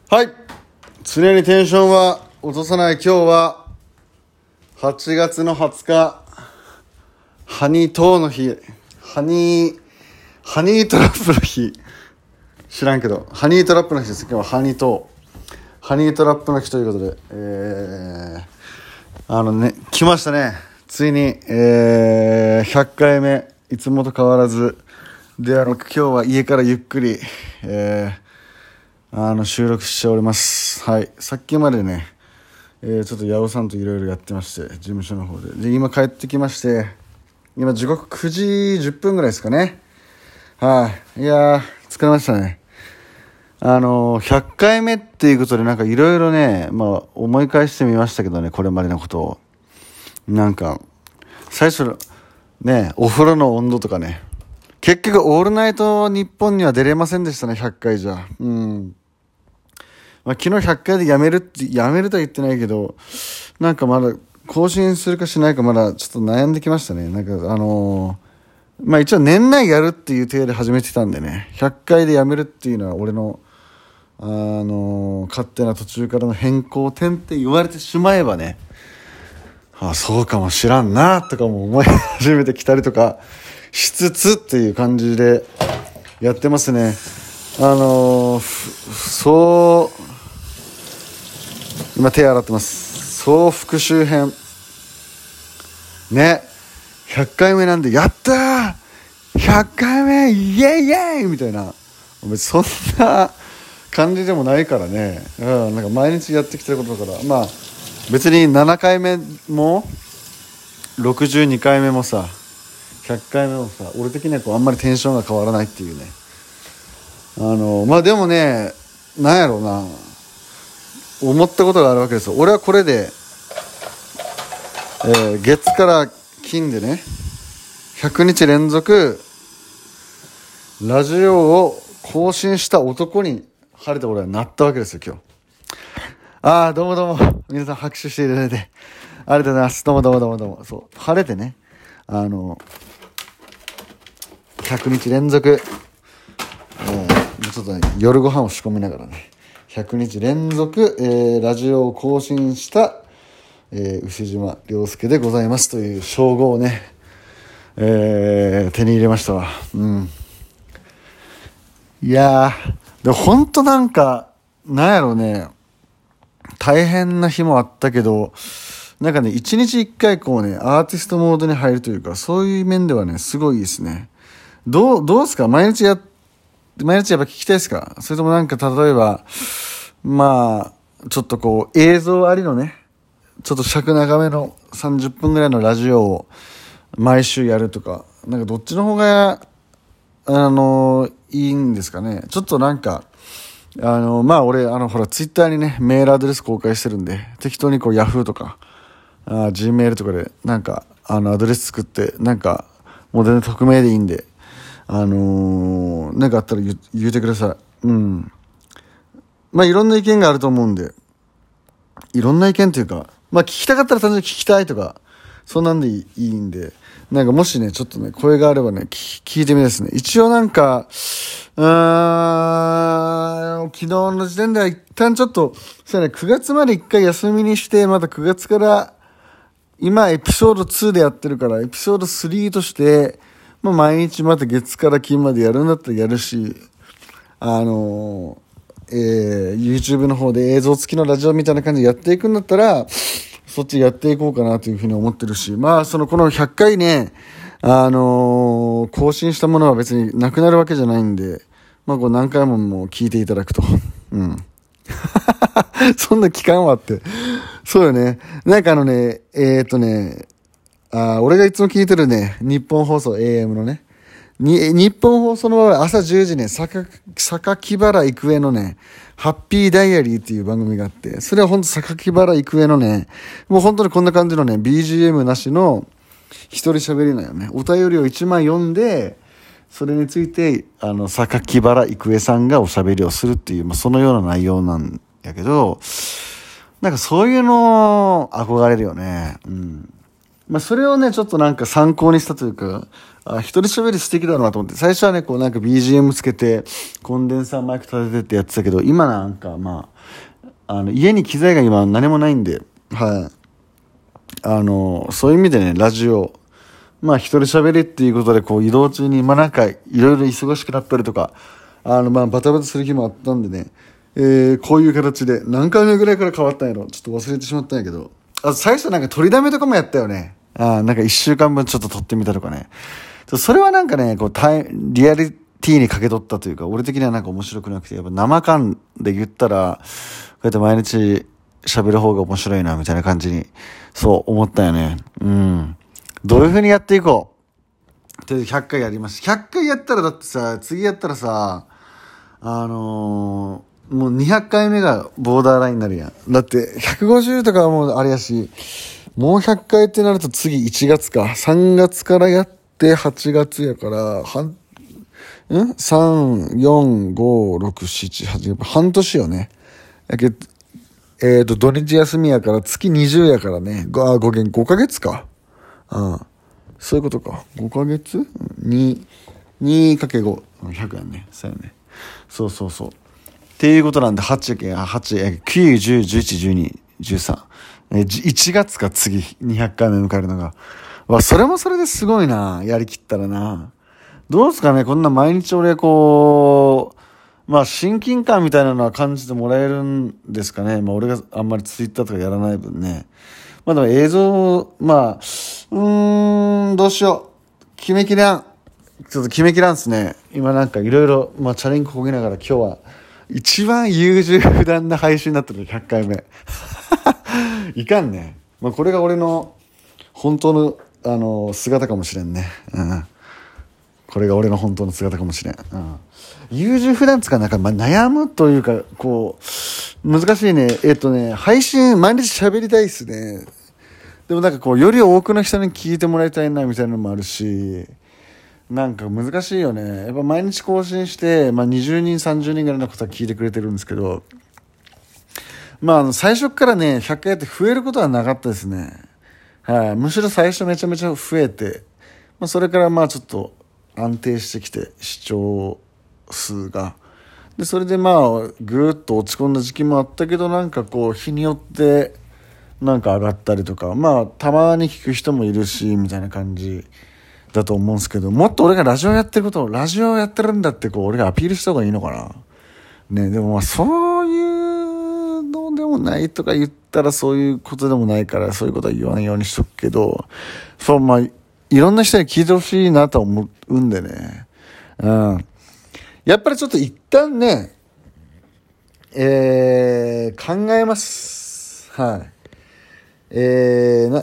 はい。常にテンションは落とさない今日は、8月の20日、ハニートーの日、ハニートラップの日、知らんけど、ハニートラップの日です。今日はハニートラップの日ということで、来ましたね。ついに、100回目、いつもと変わらず、で、今日は家からゆっくり、収録しております。はい。さっきまでね、ちょっと八尾さんといろいろやってまして、事務所の方で。で、今帰ってきまして、今時刻9時10分ぐらいですかね。はい。いやー、疲れましたね。100回目っていうことでなんかいろいろね、思い返してみましたけどね、これまでのことを。なんか、最初の、ね、お風呂の温度とかね、結局オールナイト日本には出れませんでしたね、100回じゃ。昨日100回でやめるとは言ってないけど、なんかまだ更新するかしないかまだちょっと悩んできましたね。なんか一応年内やるっていう体で始めてたんでね、100回でやめるっていうのは俺の、勝手な途中からの変更点って言われてしまえばね、そうかもしらんなとかも思い始めてきたりとかしつつっていう感じでやってますね。今手洗ってます。総復習編ね、100回目なんでやったー100回目イエイイエイみたいな、別にそんな感じでもないからね。なんか毎日やってきてることだから、別に7回目も62回目もさ100回目もさ、俺的にはあんまりテンションが変わらないっていうね。でもね、なんやろうな、思ったことがあるわけですよ。俺はこれで、月から金でね、100日連続ラジオを更新した男に晴れて俺はなったわけですよ、今日。どうも皆さん拍手していただいてありがとうございます。どうもそう晴れてね、100日連続、ちょっとね、夜ご飯を仕込みながらね、100日連続、ラジオを更新した、牛島亮介でございますという称号をね、手に入れましたわ。いやー、でもほんとなんか、なんやろうね、大変な日もあったけど、なんかね、一日一回こうね、アーティストモードに入るというか、そういう面ではね、すごいですね。どうですか？毎日やっぱ聞きたいですか？それともなんか例えば、ちょっとこう映像ありのね、ちょっと尺長めの30分ぐらいのラジオを毎週やるとか、なんかどっちの方が、いいんですかね。ちょっとなんか、俺、ほら、ツイッターにね、メールアドレス公開してるんで、適当にこう、ヤフーとか、Gmail とかで、なんか、アドレス作って、なんか、もう全然匿名でいいんで、なんかあったら言うてください。いろんな意見があると思うんで、いろんな意見というか、聞きたかったら単純に聞きたいとか、そんなんでいいんで、なんかもしね、ちょっとね、声があればね、聞いてみですね。一応なんか、昨日の時点では一旦ちょっと、そうね、9月まで一回休みにして、また9月から、今エピソード2でやってるから、エピソード3として、毎日また月から金までやるんだったらやるし、YouTube の方で映像付きのラジオみたいな感じでやっていくんだったら、そっちやっていこうかなというふうに思ってるし、この100回ね、更新したものは別になくなるわけじゃないんで、こう何回ももう聞いていただくと。そんな期間はあって。そうよね。なんか俺がいつも聞いてるね、日本放送 AM のね、日本放送の場合朝10時ね、榊原郁恵のね、ハッピーダイアリーっていう番組があって、それはほんと榊原郁恵のね、もう本当にこんな感じのね、BGM なしの一人喋りなんよね。お便りを1枚読んで、それについて、榊原郁恵さんがおしゃべりをするっていう、そのような内容なんやけど、なんかそういうの憧れるよね。 まあそれをね、ちょっとなんか参考にしたというか、一人喋り素敵だなと思って、最初はね、こうなんか BGM つけて、コンデンサーマイク立ててってやってたけど、今なんかまあ、家に機材が今何もないんで、はい。そういう意味でね、ラジオ、まあ一人喋りっていうことで、こう移動中に、まあなんかいろいろ忙しくなったりとか、まあバタバタする日もあったんでね、こういう形で、何回目ぐらいから変わったんやろ、ちょっと忘れてしまったんやけど、最初なんか取りだめとかもやったよね。なんか一週間分ちょっと撮ってみたとかね。それはなんかね、こうリアリティにかけ取ったというか、俺的にはなんか面白くなくて、やっぱ生感で言ったら、こうやって毎日喋る方が面白いな、みたいな感じに、そう思ったよね。うん。どういう風にやっていこう。とりあえず100回やります。100回やったらだってさ、次やったらさ、もう200回目がボーダーラインになるやん。だって150とかはもうあれやし、もう100回ってなると次1月か。3月からやって8月やから、3、4、5、6、7、8、半年よね。やけ土日休みやから月20やからね。5ヶ月か。そういうことか。5ヶ月 ?2×5、100やんね。そうやね。そう。っていうことなんで、8、9、10、11、12、13。1月か次、200回目迎えるのが。それもそれですごいな。やりきったらな。どうですかね、こんな毎日俺こう、まあ親近感みたいなのは感じてもらえるんですかね。まあ俺があんまりツイッターとかやらない分ね。まあでも映像、まあ、どうしよう。決めきらん。ちょっと決めきらんっすね。今なんかいろいろ、まあチャリンコこぎながら今日は、一番優柔不断な配信になってる100回目。いかんね。まあこれが俺の本当の、姿かもしれんね。これが俺の本当の姿かもしれん。優柔不断つかなんか、まあ、悩むというか、こう、難しいね。配信毎日喋りたいっすね。でもなんかこう、より多くの人に聞いてもらいたいな、みたいなのもあるし、なんか難しいよね。やっぱ毎日更新して、まあ、20人、30人ぐらいの方は聞いてくれてるんですけど、まあ、最初からね、100回やって増えることはなかったですね。はい。むしろ最初めちゃめちゃ増えて、まあ、それからまあちょっと安定してきて、視聴数が。で、それでまあ、ぐーっと落ち込んだ時期もあったけど、なんかこう、日によって、なんか上がったりとか、まあ、たまに聞く人もいるし、みたいな感じだと思うんですけど、もっと俺がラジオやってるんだってこう、俺がアピールした方がいいのかな。ね、でもまあ、そういうのでもないとか言ったらそういうことでもないから、そういうことは言わんようにしとくけど、そう、まあ、いろんな人に聞いてほしいなと思うんでね。やっぱりちょっと一旦ね、考えます。はい。9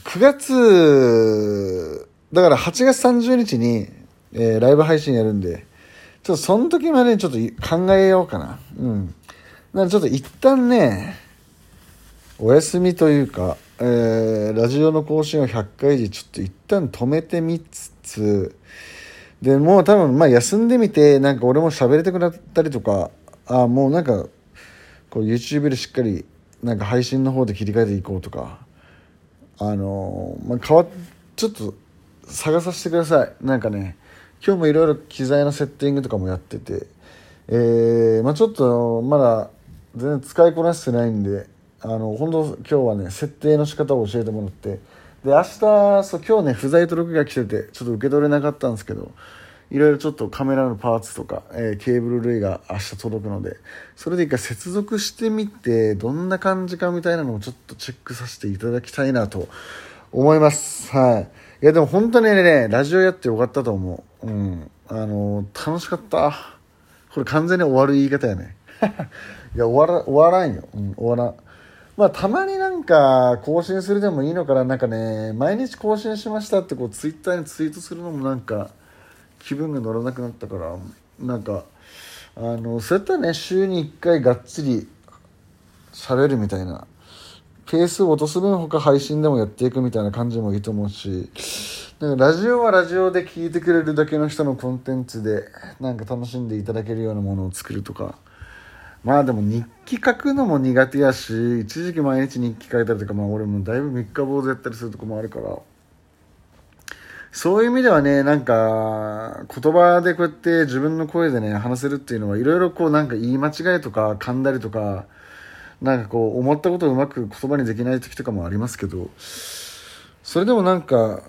月、だから8月30日に、ライブ配信やるんで、ちょっとその時までにちょっと考えようかな。なのでちょっと一旦ね、お休みというか、ラジオの更新を100回でちょっと一旦止めてみつつ、で、もう多分、まあ休んでみて、なんか俺も喋りたくなったりとか、もうなんか、こう YouTube でしっかり、なんか配信の方で切り替えていこうとか、まあ、ちょっと探させてください。なんかね、今日もいろいろ機材のセッティングとかもやってて、まあちょっとまだ全然使いこなしてないんで、本当今日はね、設定の仕方を教えてもらって、で、明日、今日ね、不在届が来てて、ちょっと受け取れなかったんですけど、いろいろちょっとカメラのパーツとか、ケーブル類が明日届くので、それで一回接続してみて、どんな感じかみたいなのをちょっとチェックさせていただきたいなと思います。はい。いや、でも本当にね、ラジオやってよかったと思う。楽しかった。これ完全に終わる言い方やね。いや、終わらんよ。終わらん。まあ、たまになんか更新するでもいいのかな。なんかね、毎日更新しましたってこうツイッターにツイートするのもなんか気分が乗らなくなったから、なんかそうやったらね、週に1回がっつり喋るみたいな、ペースを落とす分他配信でもやっていくみたいな感じもいいと思うし、なんかラジオはラジオで聞いてくれるだけの人のコンテンツでなんか楽しんでいただけるようなものを作るとか。まあでも日記書くのも苦手やし、一時期毎日日記書いたりとか、まあ俺もだいぶ三日坊主やったりするとこもあるから、 そういう意味ではね、なんか言葉でこうやって自分の声でね話せるっていうのは、いろいろこうなんか言い間違いとか噛んだりとか、なんかこう思ったことをうまく言葉にできない時とかもありますけど、それでもなんか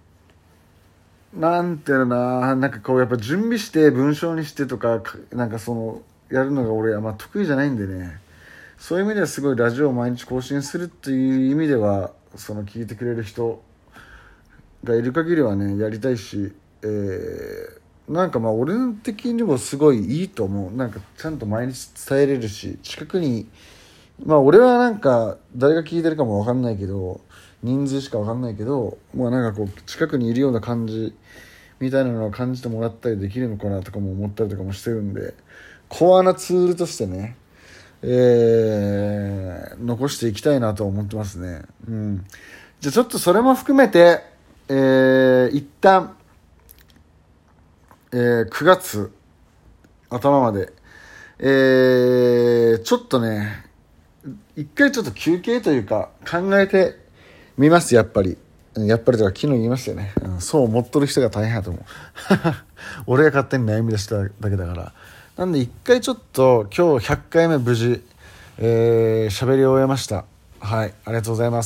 なんていうのな、なんかこうやっぱ準備して文章にしてとか、なんかそのやるのが俺はまあ得意じゃないんでね、そういう意味ではすごいラジオを毎日更新するっていう意味では、その聞いてくれる人がいる限りはねやりたいし、なんかまあ俺的にもすごいいいと思う。なんかちゃんと毎日伝えれるし、近くに、まあ俺はなんか誰が聞いてるかも分かんないけど、人数しか分かんないけど、まあなんかこう近くにいるような感じみたいなのを感じてもらったりできるのかなとかも思ったりとかもしてるんで、コアなツールとしてね、残していきたいなと思ってますね。じゃあちょっとそれも含めて、一旦、9月頭まで、ちょっとね一回ちょっと休憩というか考えてみます。やっぱりとか昨日言いましたよね、そう思っとる人が大変だと思う俺が勝手に悩み出しただけだから。なんで一回ちょっと今日100回目無事喋り終えました。はい、ありがとうございます。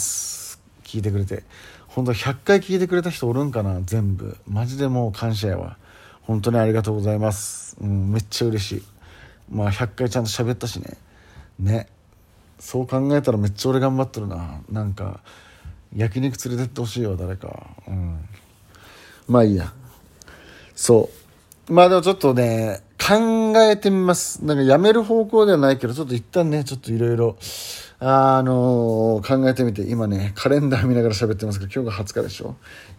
聞いてくれて本当100回聞いてくれた人おるんかな。全部マジでもう感謝やわ。本当にありがとうございます。めっちゃ嬉しい。まあ100回ちゃんと喋ったしね。そう考えたらめっちゃ俺頑張ってるな。なんか焼肉連れてってほしいよ誰か。まあいいや。そうまあでもちょっとね考えてみます。なんかやめる方向ではないけど、ちょっと一旦ねちょっといろいろ考えてみて、今ねカレンダー見ながら喋ってますけど、今日が20日でしょ。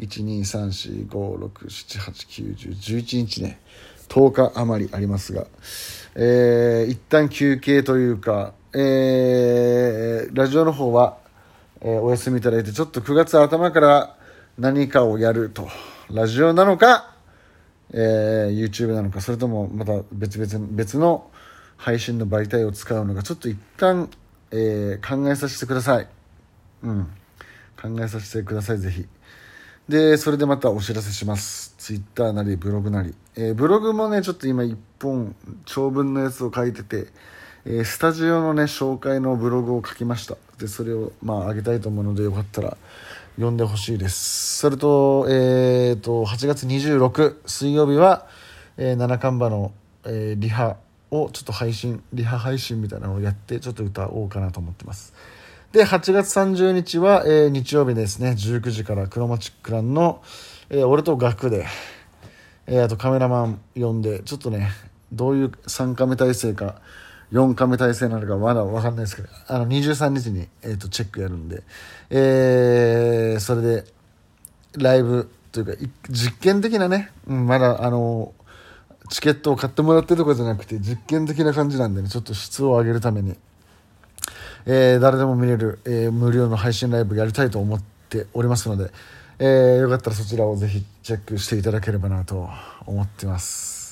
1,2,3,4,5,6,7,8,9,10,11 日ね、10日余りありますが、一旦休憩というか、ラジオの方は、お休みいただいて、ちょっと9月頭から何かをやると。ラジオなのか、YouTube なのか、それともまた別の配信の媒体を使うのか、ちょっと一旦、考えさせてください。考えさせてください、ぜひ。でそれでまたお知らせします。 Twitter なりブログなり、ブログもねちょっと今1本長文のやつを書いてて、スタジオのね紹介のブログを書きました。でそれを上げたいと思うので、よかったら読んでほしいです。それと8月26水曜日は、七冠馬の、リハをちょっとリハ配信みたいなのをやって、ちょっと歌おうかなと思ってます。で8月30日は、日曜日ですね、19時からクロマチックランの、俺とガクで、あとカメラマン呼んで、ちょっとねどういう3カメ体制か4カメ体制なのかまだ分かんないですけど、23日に、チェックやるんで、それでライブというか実験的なね、まだチケットを買ってもらってるとかじゃなくて実験的な感じなんでね、ちょっと質を上げるために、誰でも見れる、無料の配信ライブやりたいと思っておりますので、よかったらそちらをぜひチェックしていただければなと思ってます。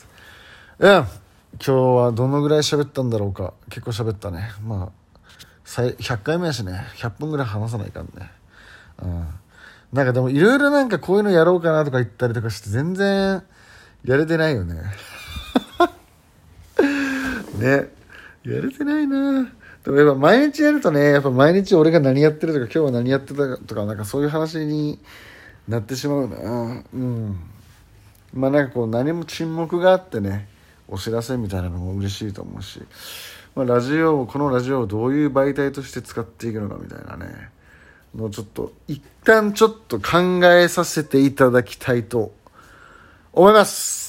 今日はどのぐらい喋ったんだろうか。結構喋ったね。100回目やしね、100分ぐらい話さないかんね。なんかでもいろいろなんかこういうのやろうかなとか言ったりとかして全然やれてないよねね、やれてないな。でもやっぱ毎日やるとね、やっぱ毎日俺が何やってるとか今日は何やってたとか、なんかそういう話になってしまうな。なんかこう何も沈黙があってね、お知らせみたいなのも嬉しいと思うし、このラジオをどういう媒体として使っていくのかみたいなねのをちょっと一旦ちょっと考えさせていただきたいと思います。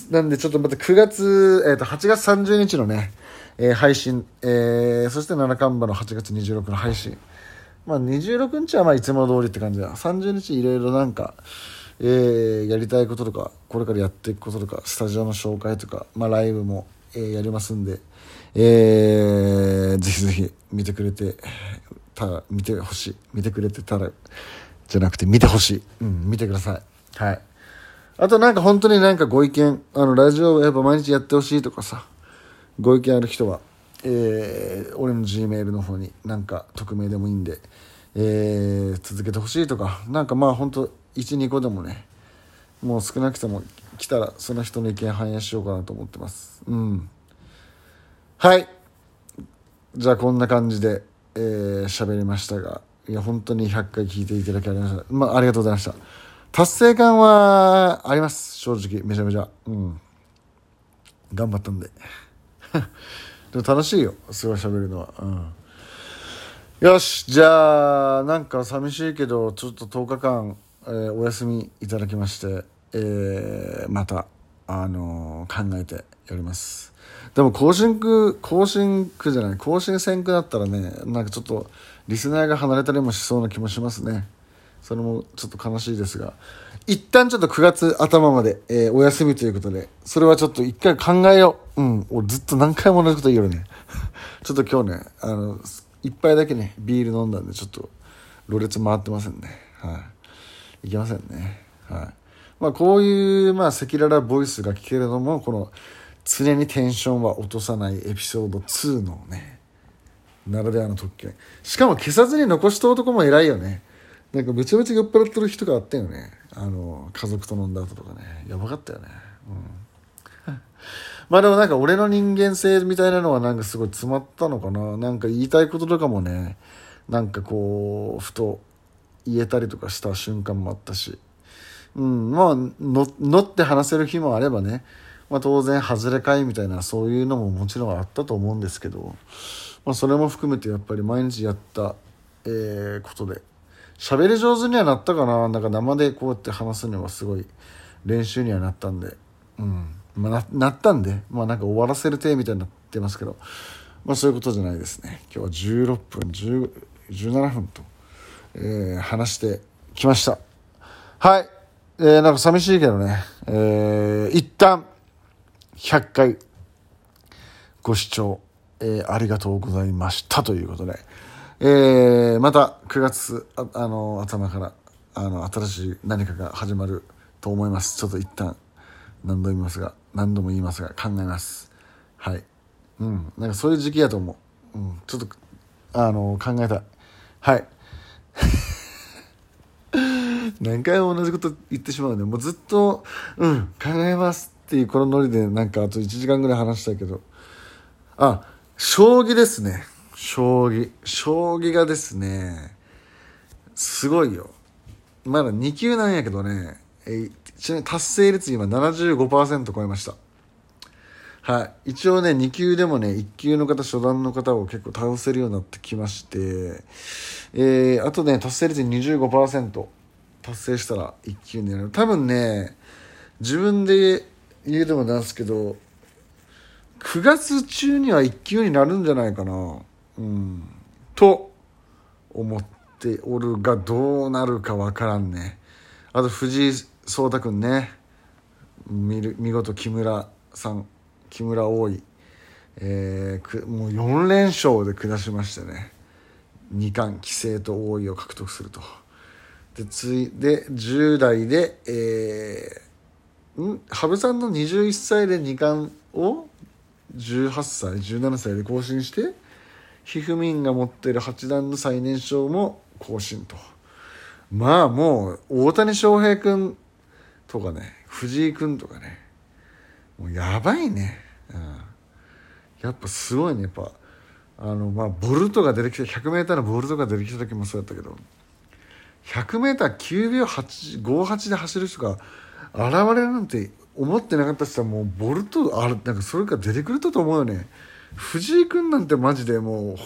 なんでちょっとまた8月30日のね、配信、そして七冠馬の8月26の配信、26日はいつも通りって感じだ。30日いろいろなんか、やりたいこととかこれからやっていくこととか、スタジオの紹介とか、ライブも、やりますんで、ぜひぜひ見てくれてたら見てほしい。見てくれてたらじゃなくて見てほしい。見てください。はい。あとなんか本当になんかご意見、ラジオやっぱ毎日やってほしいとかさ、ご意見ある人は、俺の G メールの方になんか匿名でもいいんで、続けてほしいとか、なんか本当 1,2 個でもね、 もう少なくとも来たらその人の意見反映しようかなと思ってます。はい、じゃあこんな感じで喋りましたが、いや本当に100回聞いていただきありがとうございました。達成感はあります、正直。めちゃめちゃ頑張ったんででも楽しいよ、すごい喋るのは。よし、じゃあなんか寂しいけどちょっと10日間、お休みいただきまして、また考えてやります。でも更新せんくなったらね、なんかちょっとリスナーが離れたりもしそうな気もしますね。それもちょっと悲しいですが、一旦ちょっと9月頭まで、お休みということで、それはちょっと一回考えよう。俺ずっと何回も同じこと言うよねちょっと今日ね、一杯だけねビール飲んだんで、ちょっとろれつ回ってませんね。いけませんね。こういう赤裸々ボイスが聞けるのも、この常にテンションは落とさないエピソード2のね、ならではの特権。しかも消さずに残した男も偉いよね。なんかめちゃめちゃ酔っ払ってる人があったよね。家族と飲んだ後とかね、やばかったよね。でもなんか俺の人間性みたいなのはなんかすごい詰まったのかな。なんか言いたいこととかもね、なんかこうふと言えたりとかした瞬間もあったし、乗って話せる日もあればね、当然外れ会みたいなそういうのももちろんあったと思うんですけど、それも含めてやっぱり毎日やった、ことで喋り上手にはなったかな。なんか生でこうやって話すにはすごい練習にはなったんで、なったんで、なんか終わらせる手みたいになってますけど、そういうことじゃないですね。今日は16分17分と、話してきました。はい、なんか寂しいけどね、一旦100回ご視聴、ありがとうございましたということで、また9月頭から新しい何かが始まると思います。ちょっと一旦何度も言いますが考えます。はい、なんかそういう時期やと思う。ちょっと考えたい。はい何回も同じこと言ってしまうね。もうずっと考えますっていうこのノリでなんかあと1時間ぐらい話したけど、将棋ですね。将棋がですね、すごいよ。まだ2級なんやけどね、ちなみに達成率今 75% 超えました。一応ね2級でもね1級の方初段の方を結構倒せるようになってきまして、あとね達成率 25% 達成したら1級になる。多分ね自分で言うのもなんですけど、9月中には1級になるんじゃないかな、と思っておるが、どうなるかわからんね。あと藤井聡太くんね、見事木村王位、もう4連勝で下しましてね、二冠棋聖と王位を獲得すると。で10代で、羽生さんの21歳で二冠を18歳17歳で更新して、ひふみんが持っている八段の最年少も更新と。もう大谷翔平君とかね、藤井君とかね、もうやばいね。やっぱすごいね。やっぱボルトが出てきた 100m のボルトが出てきた時もそうやったけど、 100m9 秒58で走る人が現れるなんて思ってなかったしさ、もうボルトなんかそれが出てくると思うよね。藤井君なんてマジで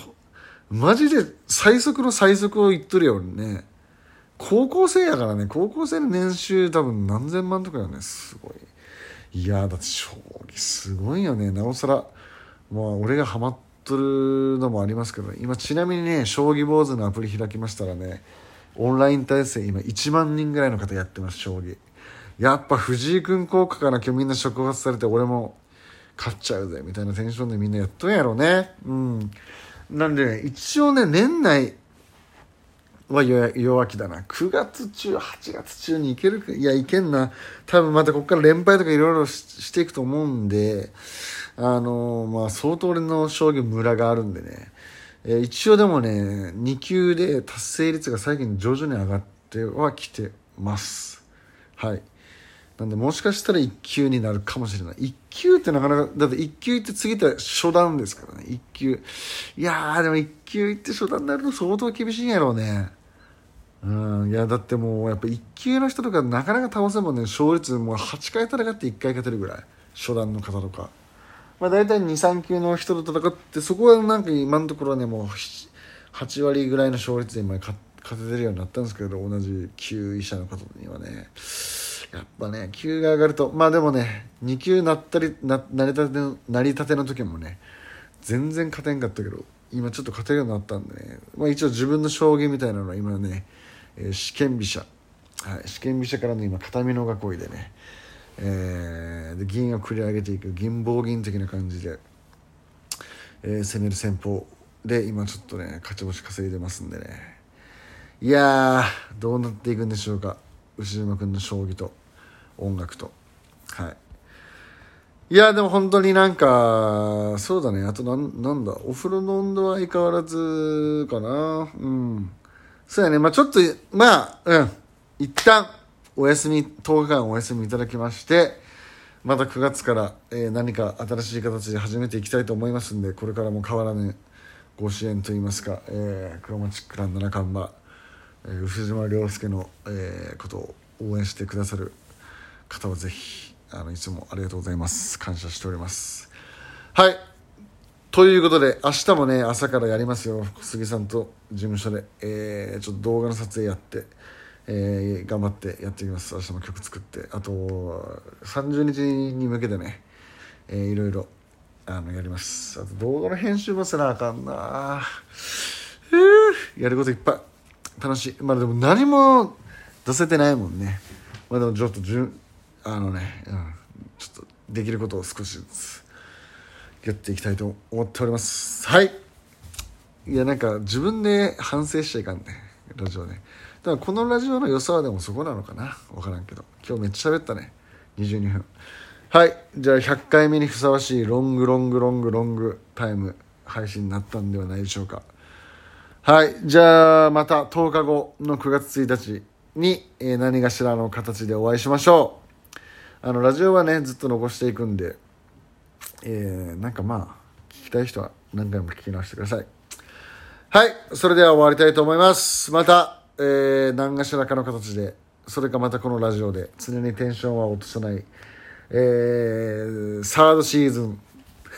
最速の最速を言っとるよね。高校生やからね。高校生の年収多分何千万とかよね。すごい。いやだって将棋すごいよね。なおさら俺がハマっとるのもありますけど、今ちなみにね将棋坊主のアプリ開きましたらね、オンライン対戦今1万人ぐらいの方やってます。将棋やっぱ藤井君効果かな。今日みんな触発されて俺も勝っちゃうぜみたいなテンションでみんなやっとんやろうね。なんでね、一応ね年内は弱気だな。9月中8月中にいけるか。いやいけんな。多分またここから連敗とかいろいろしていくと思うんで、相当俺の将棋ムラがあるんでね、一応でもね2級で達成率が最近徐々に上がってはきてます。 なんでもしかしたら1級になるかもしれない。1級ってなかなか、だって1級行って次って初段ですからね。1級。いやーでも1級行って初段になるの相当厳しいんやろうね。いやだってもうやっぱ1級の人とかなかなか倒せんもんね。勝率もう8回戦って1回勝てるぐらい。初段の方とか。まあ大体2、3級の人と戦って、そこはなんか今のところね、もう8割ぐらいの勝率で今勝ててるようになったんですけど、同じ級医者の方にはね。やっぱね、級が上がると、まあでもね、2級なりたての時もね、全然勝てんかったけど、今ちょっと勝てるようになったんでね、まあ一応自分の将棋みたいなのは今ね、試験飛車、はい、試験飛車からの今片美濃囲いでね、で銀を繰り上げていく銀棒銀的な感じで、攻める戦法で今ちょっとね勝ち星稼いでますんでね、いやーどうなっていくんでしょうか、牛島君の将棋と音楽と。はい、いやでも本当になんかそうだね、あとなんだ、お風呂の温度は相変わらずかな。そうやね、まあちょっとまあ一旦お休み、10日間お休みいただきまして、また9月から、何か新しい形で始めていきたいと思いますんで、これからも変わらぬご支援といいますか、クロマチックラン七冠馬、牛島亮介の、ことを応援してくださる方はぜひいつもありがとうございます。感謝しております。はい、ということで明日もね朝からやりますよ、杉さんと事務所で、ちょっと動画の撮影やって、頑張ってやっていきます。明日も曲作って、あと30日に向けてね、いろいろやります。あと動画の編集もせなあかんな。やることいっぱい、楽しい。まあでも何も出せてないもんね。まあでもちょっとちょっとできることを少しずつやっていきたいと思っております。はい、いやなんか自分で反省しちゃいかんね、ラジオね。だからこのラジオの良さはでもそこなのかな、分からんけど、今日めっちゃ喋ったね、22分。はい、じゃあ100回目にふさわしいロングタイム配信になったんではないでしょうか。はい、じゃあまた10日後の9月1日に、何かしらの形でお会いしましょう。ラジオはねずっと残していくんで、なんかまあ聞きたい人は何回も聞き直してください。はい、それでは終わりたいと思います。また、何かしらかの形で、それかまたこのラジオで常にテンションは落とさない、サードシーズン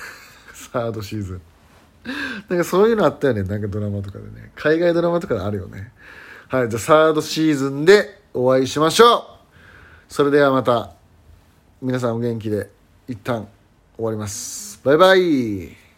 なんかそういうのあったよね、なんかドラマとかでね、海外ドラマとかであるよね。はい、じゃあサードシーズンでお会いしましょう。それではまた皆さんお元気で一旦終わります。バイバイ。